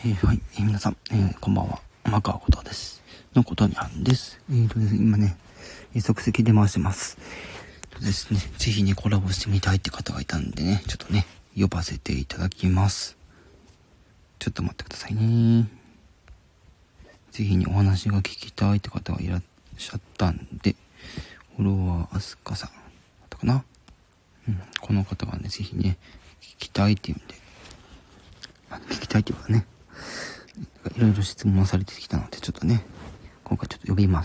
はい、皆さん、こんばんは。天川ことです。のことにゃんです。ですね、今ね、即席で回してます。ですね、ぜひね、コラボしてみたいって方がいたんでね、ちょっとね、呼ばせていただきます。ちょっと待ってくださいね。ぜひね、お話が聞きたいって方がいらっしゃったんで、フォロワーあすかさんだったかな。この方がね、ぜひね、聞きたいっていうんで、聞きたいっていうかね、いろいろ質問されてきたので、ちょっとね、今回ちょっと呼びます。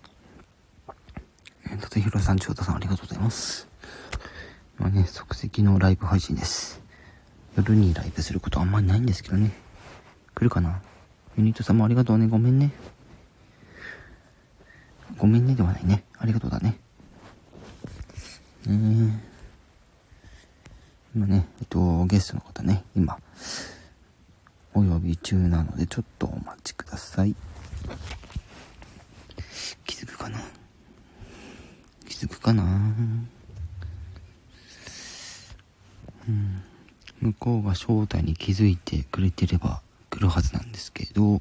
達弘さん、長田さん、ありがとうございます。今ね、即席のライブ配信です。夜にライブすることあんまりないんですけどね。来るかな。ユニットさんもありがとうね。ごめんね。ごめんねではないね。ありがとうだね。今ね、ゲストの方ね、今、お呼び中なので、ちょっとお待ちください。気づくかな。向こうが正体に気づいてくれてれば来るはずなんですけど、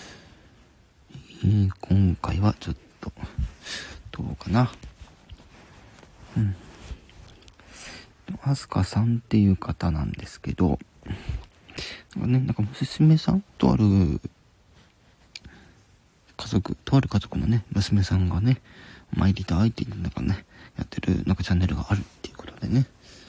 今回はちょっとどうかな。アスカさんっていう方なんですけど、なんか娘さんとある家族のね、娘さんがね、参りたいって言ってなんかね、やってるなんかチャンネルがあるっていうことでね、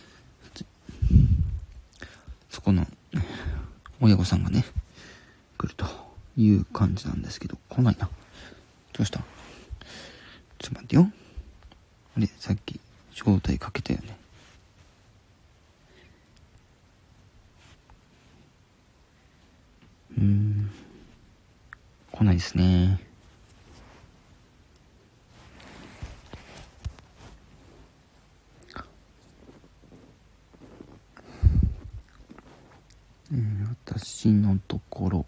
そこの親御さんがね、来るという感じなんですけど、来ないな。どうした？ちょっと待ってよ。あれ、さっき招待かけたよね。来ないですね。私のところ、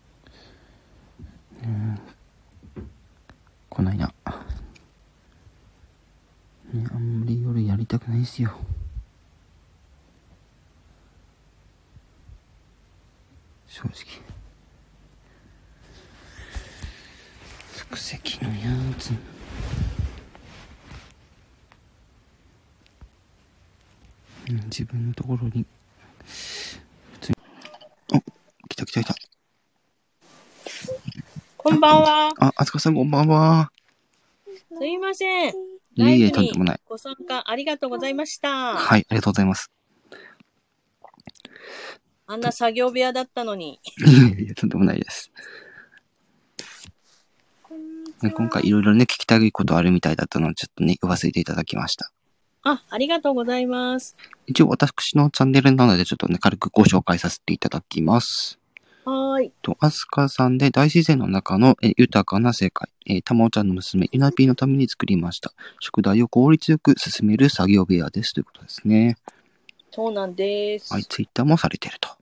来ないな。あんまり夜やりたくないですよ。正直。即席のやつ。自分のところに。来た。 こんばんは。 あつかさんこんばんは。 すいません。 いえいえ、とんでもない。 ご参加ありがとうございました。 はい、ありがとうございます。 あんな作業部屋だったのに。 いや、とんでもないです。今回いろいろね、聞きたいことあるみたいだったので、ちょっとね、呼ばせていただきました。 ありがとうございます。 一応私のチャンネルなので、ちょっとね、軽くご紹介させていただきます。アスカさんで大自然の中の豊かな世界、たまおちゃんの娘、ゆなぴーのために作りました。宿題を効率よく進める作業部屋です。ということですね。 そうなんです。 はい、ツイッターもされてると。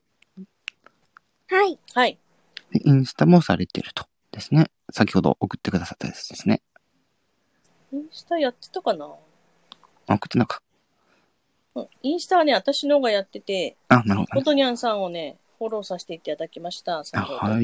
はい。 インスタもされてると。ですね。先ほど送ってくださったやつですね。 インスタやってたかな？ 送ってなか。 インスタはね、私のがやってて、 なるほど、ね。 コトニャンさんをね、フォローさせていただきました。 はい。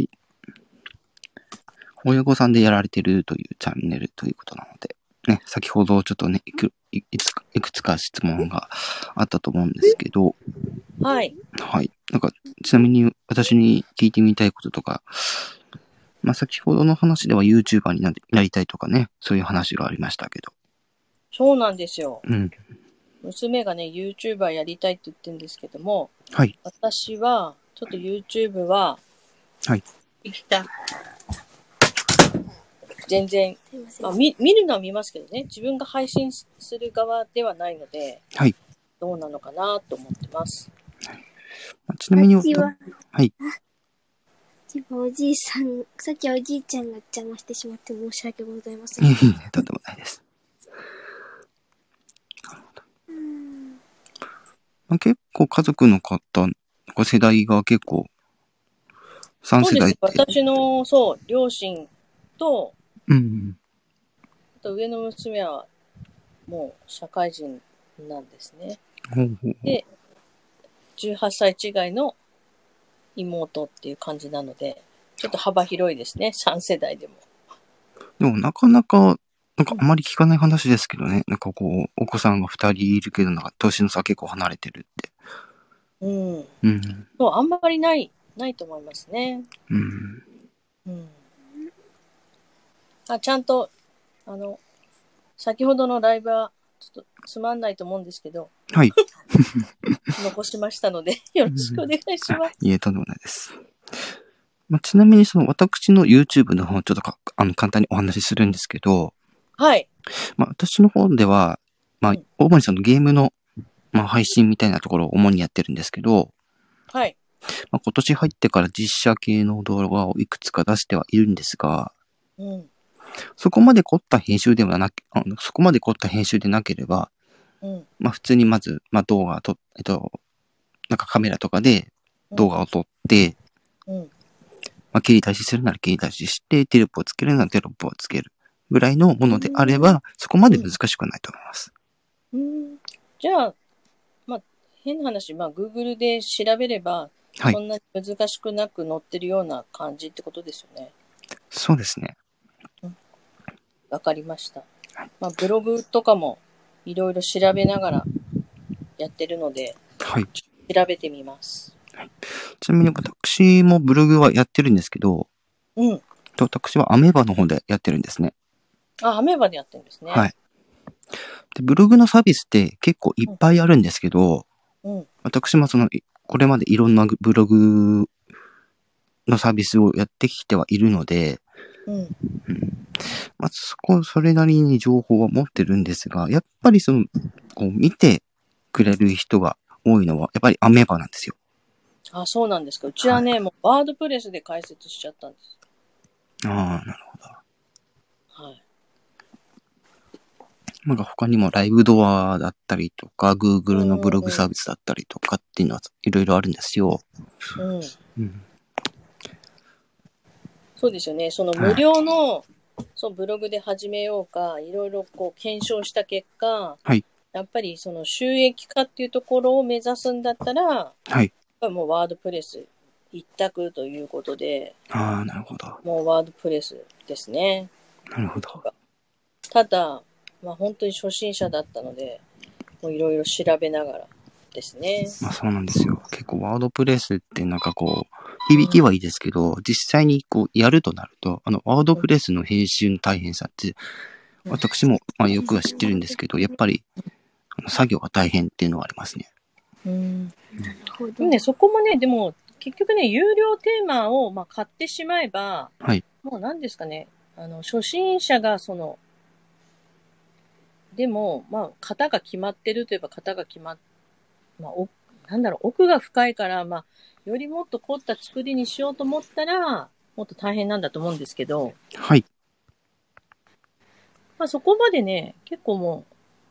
親御さんでやられてるというチャンネルということなので、ね、先ほどちょっとね、いくつか質問があったと思うんですけど、 はい。 なんか、ちなみに私に聞いてみたいこととか、先ほどの話では YouTuber になりたいとかね、そういう話がありましたけど。 そうなんですよ。娘がね、YouTuber やりたいって言ってるんですけども、 はい。 私は、ちょっと YouTube は、 はい。 全然、見るのは見ますけどね、自分が配信する側ではないので、 はい。 どうなのかなと思ってます。 ちなみに、はい。 おじいさん、さっきおじいちゃんが邪魔してしまって申し訳ございません。 とんでもないです。結構家族の方、ご世代が結構、3世代って。 そうです。私の、両親と、あと上の娘は、もう社会人なんですね。で、18歳違いの妹っていう感じなので、ちょっと幅広いですね、3世代でも。 でもなかなか、なんかあまり聞かない話ですけどね。なんかこう、お子さんが2人いるけど、なんか年の差結構離れてるって。 うん。 うん。 そう、あんまりないと思いますね。 うん。 うん。ちゃんと、先ほどのライブは、ちょっとつまんないと思うんですけど、 はい。 残しましたので、よろしくお願いします。 いえ、とんでもないです。まあ、ちなみに私の YouTube の方、ちょっと簡単にお話しするんですけど、 はい。 まあ、私の方では、まあ、主にゲームの、まあ、配信みたいなところを主にやってるんですけど、 はい。 まあ、今年入ってから実写系の動画をいくつか出してはいるんですが、 うん。 そこまで凝った編集ではなく、そこまで凝った編集でなければ、 うん。 まあ、普通にまず、まあ、動画と、なんかカメラとかで動画を撮って、 うん。 まあ、切り出しするなら切り出しして、テロップをつけるならテロップをつけるぐらいのものであれば、そこまで難しくはないと思います。 じゃあ、まあ、変な話、まあ、Google で調べれば、 はい。 そんなに難しくなく載ってるような感じってことですよね。 そうですね。 わかりました。まあ、ブログとかもいろいろ調べながらやってるので、 はい。 調べてみます。 はい、ちなみに私もブログはやってるんですけど、 うん。 私はアメーバの方でやってるんですね。 アメーバでやってるんですね。 はい。で、ブログのサービスって結構いっぱいあるんですけど、私もこれまでいろんなブログのサービスをやってきてはいるので、まあ、それなりに情報は持ってるんですが、やっぱりこう見てくれる人が多いのは、やっぱりアメーバなんですよ。 そうなんですか。うちはね、もうワードプレスで解説しちゃったんです。 ああ、なるほど。 はい。 なんか他にもライブドアだったりとか、Google のブログサービスだったりとかっていうのはいろいろあるんですよ。 そうですよね。その無料の、ブログで始めようか、いろいろこう検証した結果、 はい。 やっぱりその収益化っていうところを目指すんだったら、 はい。 もうワードプレス一択ということで、 なるほど。 もうワードプレスですね。 なるほど。 ただ、まあ本当に初心者だったので、もういろいろ調べながらですね。 まあそうなんですよ。結構ワードプレスってなんかこう、響きはいいですけど、実際にこうやるとなると、ワードプレスの編集の大変さって、私もまあよくは知ってるんですけど、やっぱり作業が大変っていうのはありますね。 でもね、そこもね、でも結局ね、有料テーマをまあ買ってしまえば、 はい。 もう何ですかね、初心者がでも、まあ、型が決まってるといえば型が決まっ、まあ、奥が深いから、まあ、よりもっと凝った作りにしようと思ったら、もっと大変なんだと思うんですけど、 はい。 まあ、そこまでね、結構も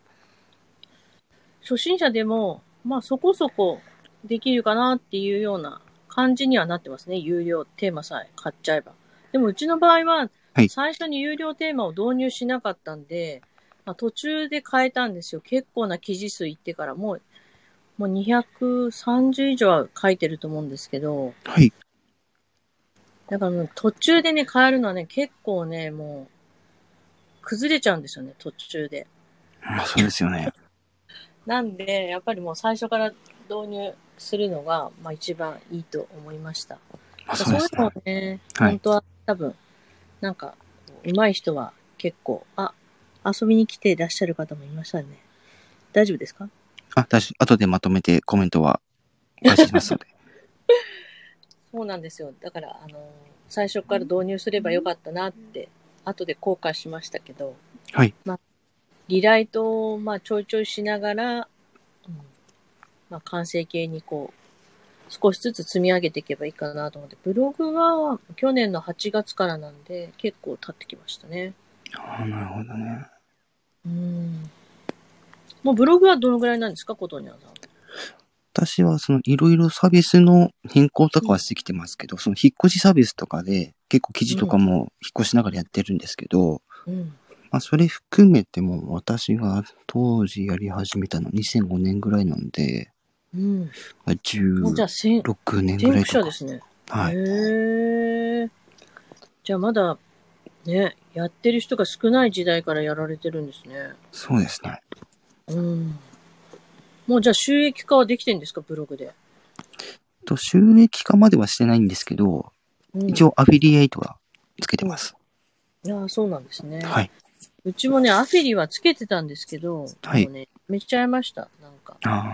う、初心者でも、まあ、そこそこできるかなっていうような感じにはなってますね。有料テーマさえ買っちゃえば。でも、うちの場合は、最初に有料テーマを導入しなかったんで、まあ、途中で変えたんですよ。結構な記事数いってからもう230以上は書いてると思うんですけど、 はい。 だからもう途中でね、変えるのはね、結構ね、もう、崩れちゃうんですよね、途中で。 まあそうですよね。 なんで、やっぱりもう最初から導入するのが、まあ一番いいと思いました。 まあそうですね。 そういうのをね、本当は多分、なんか、上手い人は結構、遊びに来ていらっしゃる方もいましたね。大丈夫ですか？ 後でまとめてコメントはお返ししますので。 そうなんですよ。だから、最初から導入すればよかったなって、後で後悔しましたけど、 はい。 まあ、リライトを、まあ、ちょいちょいしながら、まあ、完成形にこう、少しずつ積み上げていけばいいかなと思って、ブログは去年の8月からなんで、結構経ってきましたね。 なるほどね。 もうブログはどのぐらいなんですか、ことにゃんさん。 私はいろいろサービスの変更とかはしてきてますけど、その引っ越しサービスとかで結構記事とかも引っ越しながらやってるんですけど、まあそれ含めても私が当時やり始めたの2005年ぐらいなんで、 うん。もうじゃあ 16年ぐらいとか。 先駆者ですね。 はい。 へえ。じゃあまだ、ね、やってる人が少ない時代からやられてるんですね。 そうですね。 うん。もうじゃあ収益化はできてるんですか、ブログで。 収益化まではしてないんですけど、 うん、 一応アフィリエイトはつけてます。 いや、そうなんですね。 はい。 うちもね、アフィリはつけてたんですけど、 はい。 もうね、めっちゃいました、なんか。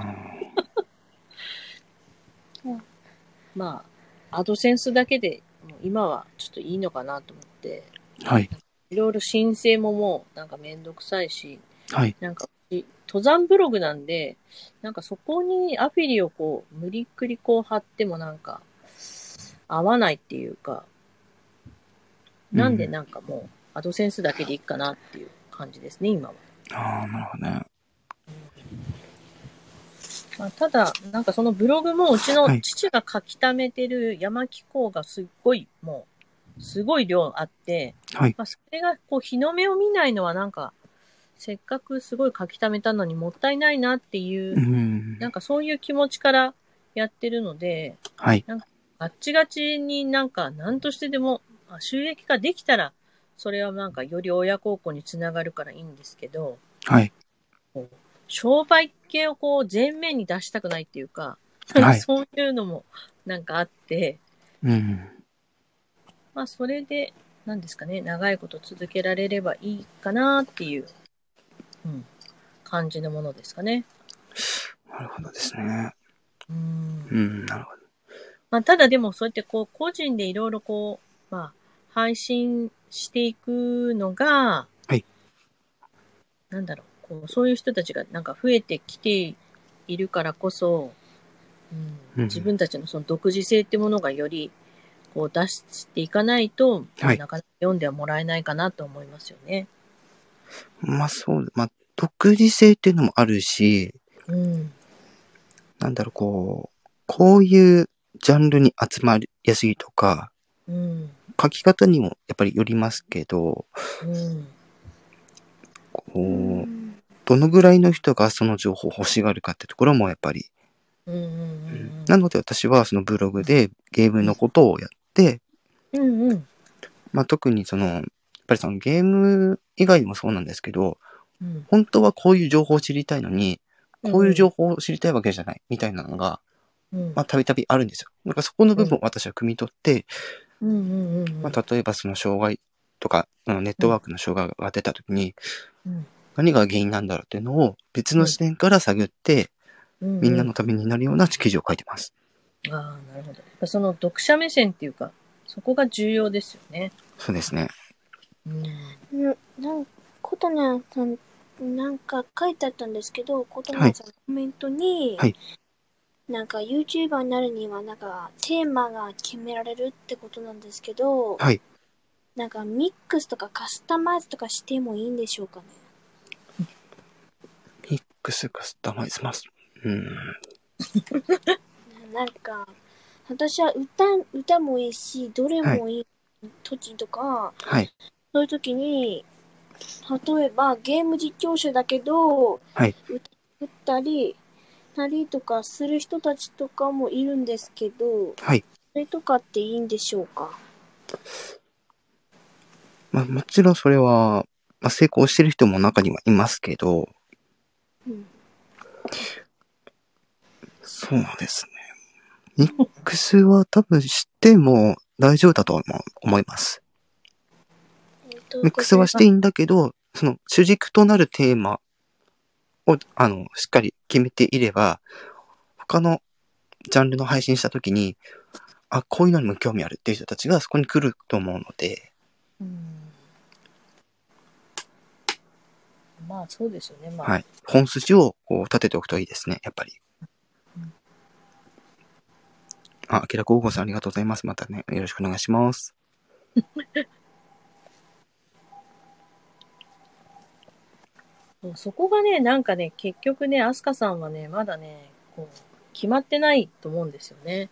まあ、アドセンスだけで、もう今はちょっといいのかなと思って、 はい。 いろいろ申請ももうなんかめんどくさいし、 はい。 なんか登山ブログなんで、なんかそこにアフィリをこう、無理っくりこう貼ってもなんか、合わないっていうか、なんでなんかもう、アドセンスだけでいいかなっていう感じですね、今は。 なるほどね。 まあ、ただ、なんかそのブログもうちのはい。 父が書き溜めてる山気候がすっごい、もう、すごい量あって、 はい。 まあ、それがこう日の目を見ないのはなんか、せっかくすごい書き溜めたのにもったいないなっていう、なんかそういう気持ちからやってるので、 はい。 なんかガッチガチになんか何としてでも収益化できたら、それはなんかより親孝行につながるからいいんですけど、 はい。 商売系をこう前面に出したくないっていうか、 はい。 そういうのもなんかあって、 うん。 まあそれで、なんですかね、長いこと続けられればいいかなっていう、感じのものですかね。 なるほどですね。なるほど。 まあただでもそうやってこう個人でいろいろこう、まあ配信していくのが、 はい。 なんだろう、こうそういう人たちがなんか増えてきているからこそ、自分たちのその独自性ってものがよりこう出していかないと、まあ、なかなか読んではもらえないかなと思いますよね。 まあそう、まあ独自性っていうのもあるし、なんだろう、こういうジャンルに集まりやすいとか、書き方にもやっぱりよりますけど、どのぐらいの人がその情報を欲しがるかってところもやっぱり、なので私はそのブログでゲームのことをやって、まあ特にその、やっぱりそのゲーム以外でもそうなんですけど、本当はこういう情報を知りたいのに、こういう情報を知りたいわけじゃない、みたいなのが、まあたびたびあるんですよ。なんかそこの部分を私は汲み取って、まあ例えばその障害とか、ネットワークの障害が出たときに、何が原因なんだろうっていうのを別の視点から探って、みんなのためになるような記事を書いてます。 ああ、なるほど。その読者目線っていうか、そこが重要ですよね。 そうですね。 ことねんさん、なんか書いてあったんですけど、ことねんさんのコメントに、 はい。 なんか YouTuber になるには、なんかテーマが決められるってことなんですけど、 はい。 なんかミックスとかカスタマイズとかしてもいいんでしょうかね。 ミックスカスタマイズます。 なんか、私は歌もいいし、どれもいい時とか、 はい。 そういう時に、例えばゲーム実況者だけど、 はい。 歌ったりとかする人たちとかもいるんですけど、 はい。 それとかっていいんでしょうか。 まあもちろんそれは、まあ、成功してる人も中にはいますけど、そうですね。ミックスは多分しても大丈夫だと思います。ミックスはしていいんだけど、その主軸となるテーマを、しっかり決めていれば、他のジャンルの配信したときに、あ、こういうのにも興味あるっていう人たちがそこに来ると思うので。 まあそうですよね。まあ、 はい。本筋をこう立てておくといいですね、やっぱり。あきらこうごさんありがとうございます。またね、よろしくお願いします。 そこがね、なんかね、結局ね、アスカさんはね、まだね、こう、決まってないと思うんですよね。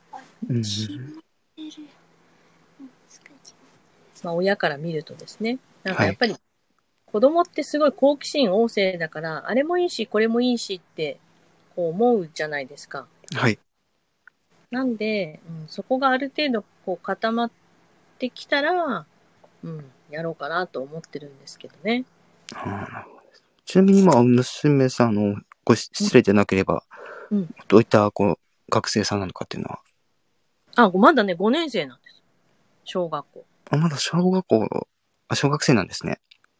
まあ親から見るとですね。なんかやっぱり、子供ってすごい好奇心旺盛だから、あれもいいし、これもいいしって、こう思うじゃないですか。 はい。 なんで、そこがある程度こう固まってきたら、やろうかなと思ってるんですけどね。 ちなみに今、娘さんの失礼でなければ、どういった学生さんなのかっていうのは。 まだね、5年生なんです。小学校。 まだ小学生なんですね。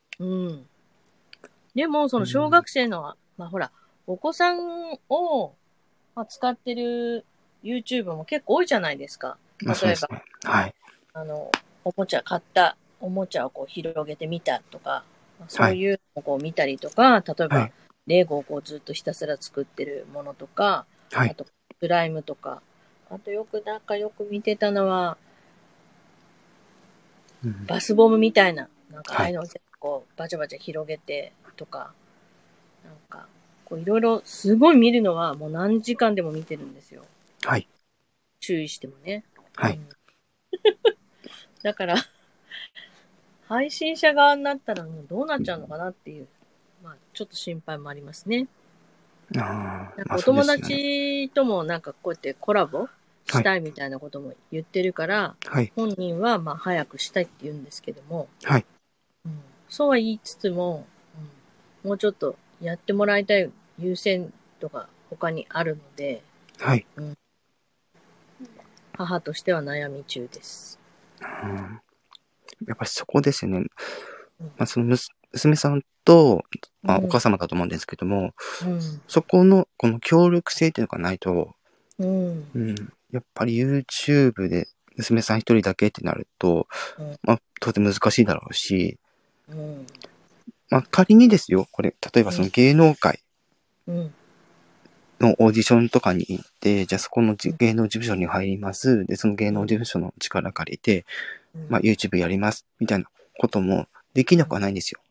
でも、その小学生の、ほら、お子さんを、使ってる YouTube も結構多いじゃないですか。例えば、 ね、はい。 買ったおもちゃをこう広げてみたとか、そういうのをこう見たりとか、例えば、レゴをこうずっとひたすら作ってるものとか、あと、スライムとか、あとよく見てたのは、バスボムみたいな、ああいうのをこうバチャバチャ広げてとか、こういろいろすごい見るのはもう何時間でも見てるんですよ。 はい。 注意してもね。 はい。 だから、配信者側になったらもうどうなっちゃうのかなっていう、ちょっと心配もありますね。お友達ともこうやってコラボしたいみたいなことも言ってるから、本人は早くしたいって言うんですけども、そうは言いつつも、もうちょっとやってもらいたい優先度が他にあるので、母としては悩み中です。 やっぱりそこですよね。その娘さんと、お母様だと思うんですけども、そこのこの協力性っていうのがないと、やっぱり YouTube で娘さん一人だけってなると、当然難しいだろうし、仮にですよ、これ、例えばその芸能界のオーディションとかに行って、じゃあそこの芸能事務所に入ります。で、その芸能事務所の力借りて、YouTube やります。みたいなこともできなくはないんですよ。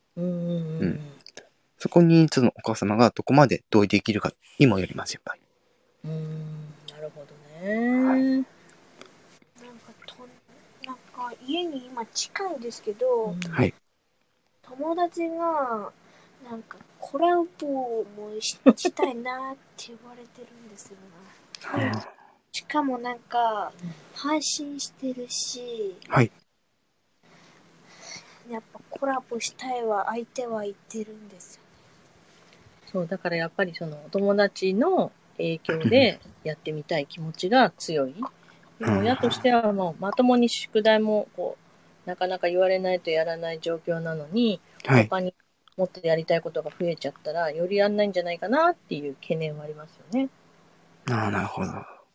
そこに、そのお母様がどこまで同意できるかにもよります、やっぱり。 なるほどね。 家に今近いんですけど、友達が、コラボもしたいなって言われてるんですよね。しかも配信してるし、やっぱコラボしたいは相手は言ってるんですよ。 そう、だからやっぱりそのお友達の影響でやってみたい気持ちが強い。でも親としてはもうまともに宿題もこう、なかなか言われないとやらない状況なのに、他にもっとやりたいことが増えちゃったら、よりやんないんじゃないかなっていう懸念はありますよね。 なるほど。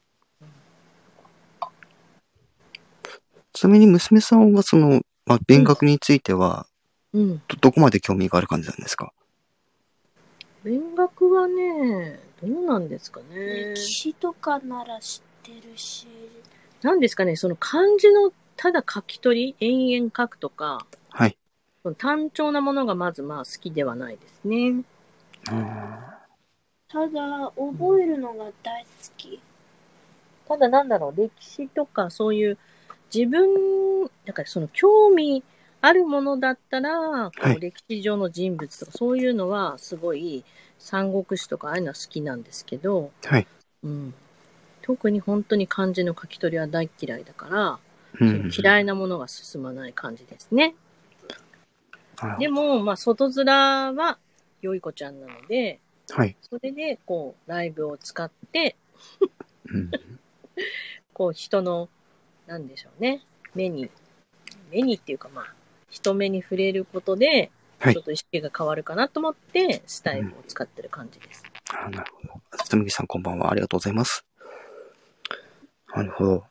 ちなみに娘さんはその、勉学については、どこまで興味がある感じなんですか？ 勉学はね、どうなんですかね。 歴史とかなら知ってるし。 なんですかね、その漢字のただ書き取り、延々書くとか、単調なものがまず好きではないですね。 ただ、覚えるのが大好き。 ただ歴史とかそういう自分、だからその興味あるものだったら、歴史上の人物とかそういうのはすごい三国志とかああいうのは好きなんですけど、特に本当に漢字の書き取りは大嫌いだから、その嫌いなものが進まない感じですね。でも、外面はよい子ちゃんなので、それでライブを使って人のなんでしょうね。目にっていうか人目に触れることで、ちょっと意識が変わるかなと思って、スタイルを使ってる感じです。 なるほど。つむぎさんこんばんは。ありがとうございます。なるほど。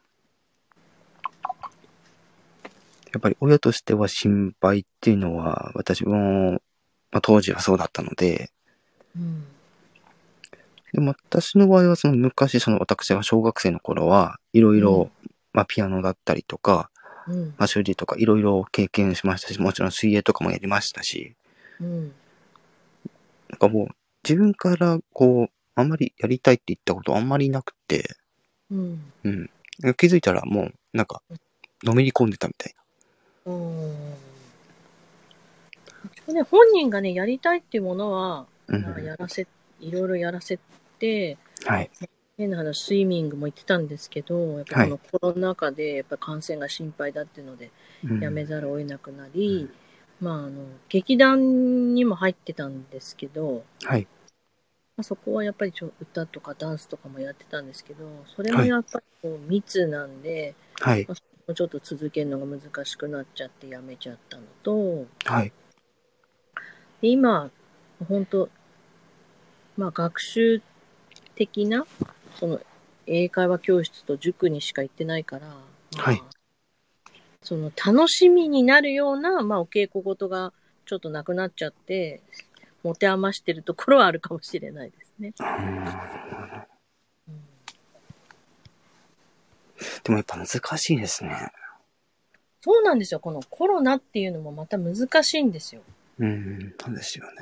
やっぱり親としては心配っていうのは、私も、当時はそうだったので、でも私の場合はその昔、私が小学生の頃はいろいろ、ピアノだったりとか、習字とかいろいろ経験しましたし、もちろん水泳とかもやりましたし、もう自分からあんまりやりたいって言ったことあんまりなくて、気づいたらもうのめり込んでたみたいな。 本人がね、やりたいっていうものは、いろいろやらせて、 変な話、スイミングも行ってたんですけど、やっぱこのコロナ禍でやっぱ感染が心配だっていうので、やめざるを得なくなり、劇団にも入ってたんですけど、そこはやっぱり歌とかダンスとかもやってたんですけど、それもやっぱりこう密なんで、もうちょっと続けるのが難しくなっちゃってやめちゃったのと、で今、本当学習的な、その英会話教室と塾にしか行ってないから、その楽しみになるような、お稽古事がちょっとなくなっちゃって、持て余してるところはあるかもしれないですね。 でもやっぱ難しいですね。 そうなんですよ。このコロナっていうのもまた難しいんですよ。 そうですよね。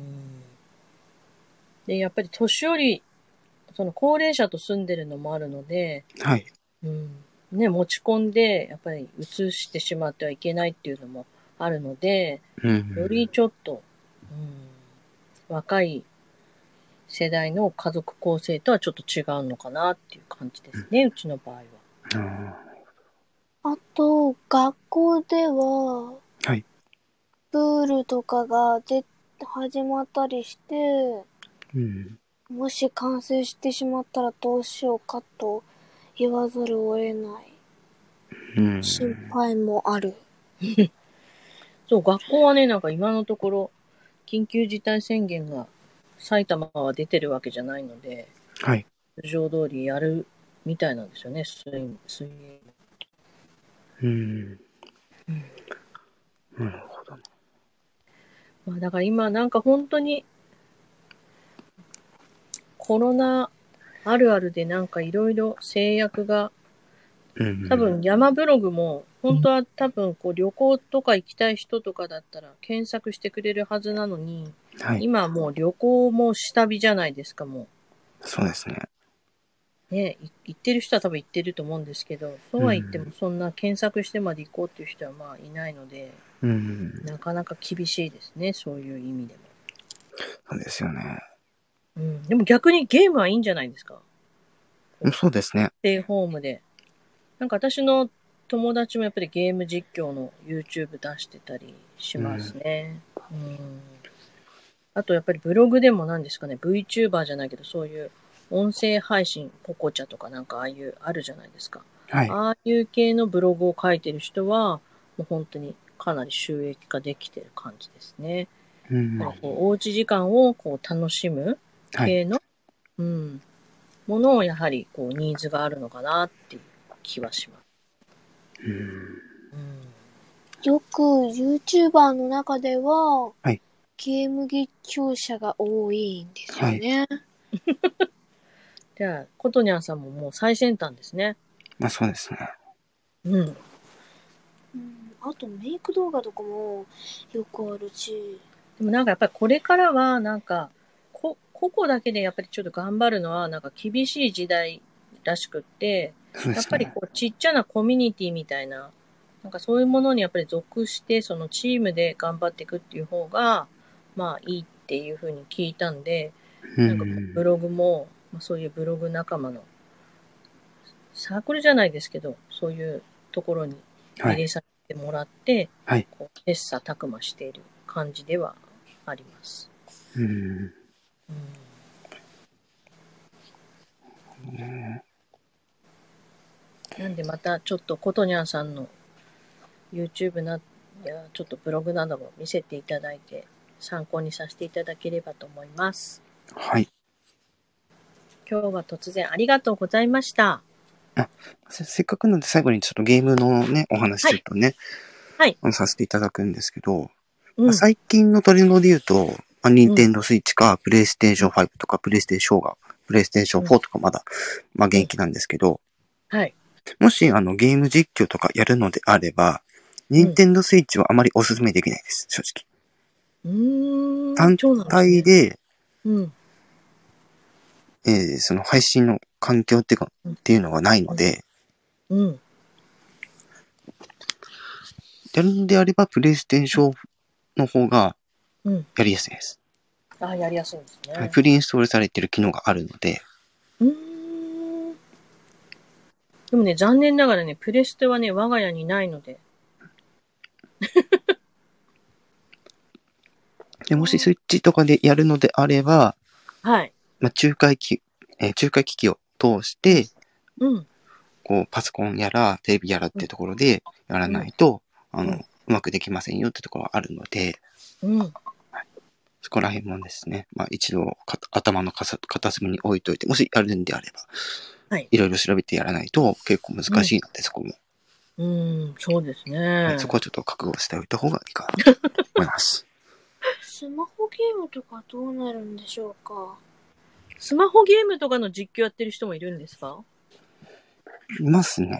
で、やっぱり年寄り、その高齢者と住んでるのもあるので、持ち込んで、やっぱり移してしまってはいけないっていうのもあるので、よりちょっと、若い世代の家族構成とはちょっと違うのかなっていう感じですね、うちの場合は。 あと、学校では、プールとかが始まったりして、もし感染してしまったらどうしようかと言わざるを得ない。心配もある。 そう、学校はね、なんか今のところ、緊急事態宣言が埼玉は出てるわけじゃないので、通常通りやるみたいなんですよね、水泳。 なるほどね。 だから今なんか本当にコロナあるあるでなんかいろいろ制約が、多分山ブログも本当は多分こう旅行とか行きたい人とかだったら検索してくれるはずなのに、今もう旅行も下火じゃないですか、もう。そうですね。 ね、行ってる人は多分行ってると思うんですけど、そうは言ってもそんな検索してまで行こうっていう人はいないので、なかなか厳しいですね、そういう意味でも。 そうですよね。 でも逆にゲームはいいんじゃないですか。 そうですね。 ステイホームで。なんか私の友達もやっぱりゲーム実況の YouTube 出してたりしますね。あとやっぱりブログでも何ですかね、VTuber じゃないけど、そういう音声配信、ポコチャとかなんかあるじゃないですか。ああいう系のブログを書いてる人は、もう本当にかなり収益化できてる感じですね。おうち時間をこう楽しむ系の、ものをやはりこうニーズがあるのかなっていう気はします。 よく YouTuber の中では、ゲーム実況者が多いんですよね。 じゃあ、コトニャンさんももう最先端ですね。 そうですね。 あとメイク動画とかもよくあるし。 でもなんかやっぱりこれからはなんか、個々だけでやっぱりちょっと頑張るのはなんか厳しい時代らしくって、やっぱりこうちっちゃなコミュニティみたいな、なんかそういうものにやっぱり属して、そのチームで頑張っていくっていう方が、いいっていうふうに聞いたんで、なんかブログも、そういうブログ仲間のサークルじゃないですけど、そういうところに入れさせてもらって、こう切磋琢磨している感じではあります。なんでまたちょっとコトニャンさんの YouTube やちょっとブログなども見せていただいて参考にさせていただければと思います。今日は突然ありがとうございました。 せっかくなんで最後にちょっとゲームのね、お話ちょっとね、させていただくんですけど、最近のトレンドで言うと、ニンテンドースイッチか、プレイステーション5とか、プレイステーション4とかまだ、元気なんですけど、もしゲーム実況とかやるのであれば、ニンテンドースイッチはあまりお勧めできないです、正直。単体で、その配信の環境っていうのがないので、やるのであれば、プレイステーションの方がやりやすいです。 やりやすいですね。 プリインストールされている機能があるので、 でもね、残念ながらね、プレステはね、我が家にないので。 でもしスイッチとかでやるのであれば、 はい。 まあ、仲介機器を通して、 うん。 こう、パソコンやら、テレビやらっていうところでやらないと、うまくできませんよってところがあるので、そこら辺もですね、まあ一度頭の片隅に置いといて、もしやるんであれば、はい。いろいろ調べてやらないと結構難しいので、そこも。 そうですね、 はい。そこはちょっと覚悟しておいた方がいいかなと思います。 スマホゲームとかどうなるんでしょうか？ スマホゲームとかの実況やってる人もいるんですか？ いますね。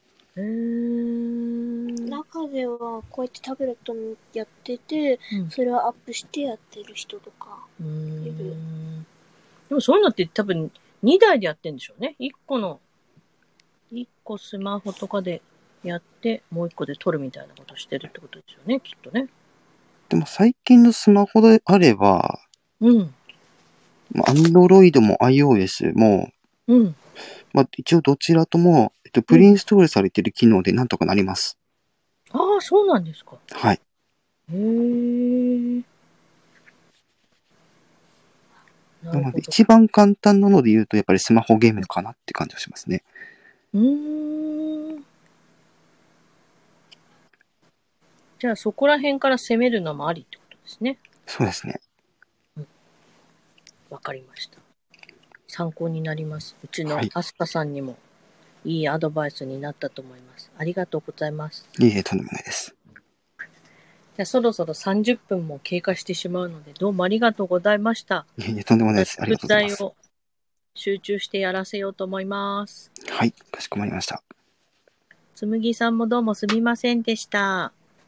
中ではこうやってタブレットもやってて、それをアップしてやってる人とかいる。 でもそういうのって多分2台でやってるんでしょうね。1個スマホとかでやって、もう1個で撮るみたいなことしてるってことですよね、きっとね。 でも最近のスマホであれば、Android も iOS も、まあ、一応どちらとも、プリインストールされている機能でなんとかなります。 ああ、そうなんですか。 はい。 へー。 なので一番簡単なので言うと、やっぱりスマホゲームかなって感じがしますね。 じゃあそこら辺から攻めるのもありってことですね。 そうですね。 わかりました。参考になります。うちのアスカさんにもいいアドバイスになったと思います。ありがとうございます。 いいえ、とんでもないです。 じゃあそろそろ30分も経過してしまうので、どうもありがとうございました。 いえいえ、とんでもないです。ありがとうございます。 を集中してやらせようと思います。 はい、かしこまりました。 つむぎさんもどうもすみませんでした。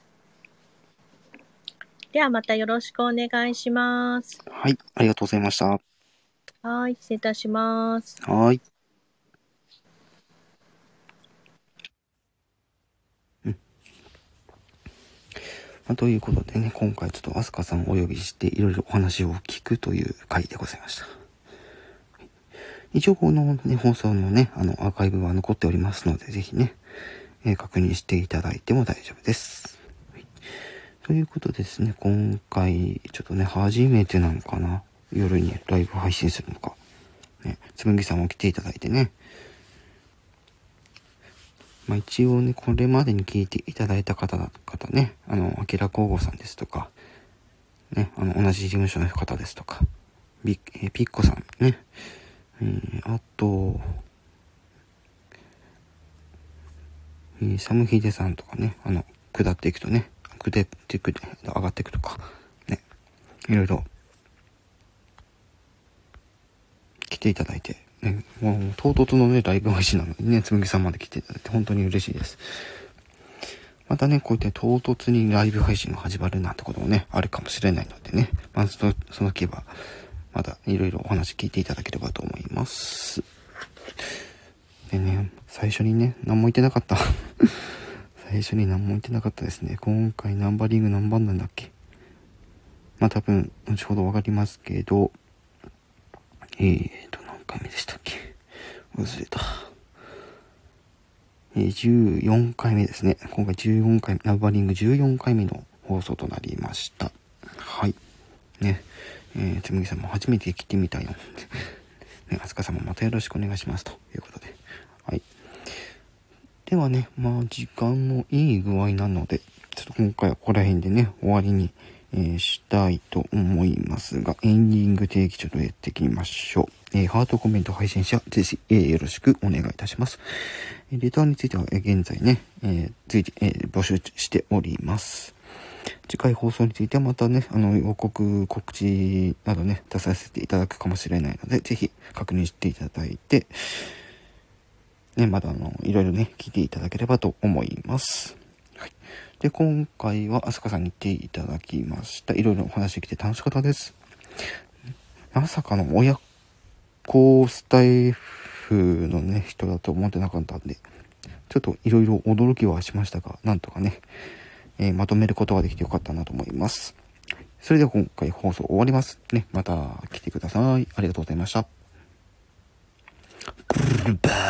ではまたよろしくお願いします。 はい、ありがとうございました。 はい、失礼いたします。 はい。ということでね、今回ちょっとアスカさんをお呼びしていろいろお話を聞くという回でございました。一応このね、放送のね、アーカイブは残っておりますので、ぜひね、確認していただいても大丈夫です。はい、ということですね、今回、ちょっとね、初めてなのかな、夜にライブ配信するのか。ね、つむぎさんも来ていただいてね、まあ一応ね、これまでに聞いていただいた方ね、あきらこうごさんですとか、ね、同じ事務所の方ですとか、ピッコさんね、あと、サムヒデさんとかね、下っていくとね、上がっていくとか、ね、いろいろ、来ていただいて、ね、もう唐突のね、ライブ配信なのにね、つむぎさんまで来ていただいて、本当に嬉しいです。またね、こうやって唐突にライブ配信が始まるなんてこともね、あるかもしれないのでね、まずその時は、まだいろいろお話聞いていただければと思います。でね、最初にね、何も言ってなかった。最初に何も言ってなかったですね。今回ナンバリング何番なんだっけ。まあ多分、後ほどわかりますけど、何回目でしたっけ。忘れた。14回目ですね。今回14回目、ナンバリング14回目の放送となりました。はい。ね。つむぎさんも初めて来てみたいの。ね、あすかさんもまたよろしくお願いしますということで。はい。ではね、まあ時間もいい具合なので、ちょっと今回はここら辺でね、終わりに、したいと思いますが、エンディング定期ちょっとやっていきましょう。ハートコメント配信者、ぜひ、よろしくお願いいたします。レターについては、現在ね、募集しております。次回放送についてはまたね、告知などね、出させていただくかもしれないので、ぜひ確認していただいて、ね、まだいろいろね、聞いていただければと思います。はい。で、今回はあすかさんに来ていただきました。いろいろお話できて楽しかったです。まさかの親子スタイフのね、人だと思ってなかったんで、ちょっといろいろ驚きはしましたが、なんとかね、まとめることができてよかったなと思います。それでは今回放送終わります。ね、また来てください。ありがとうございました。ブルバー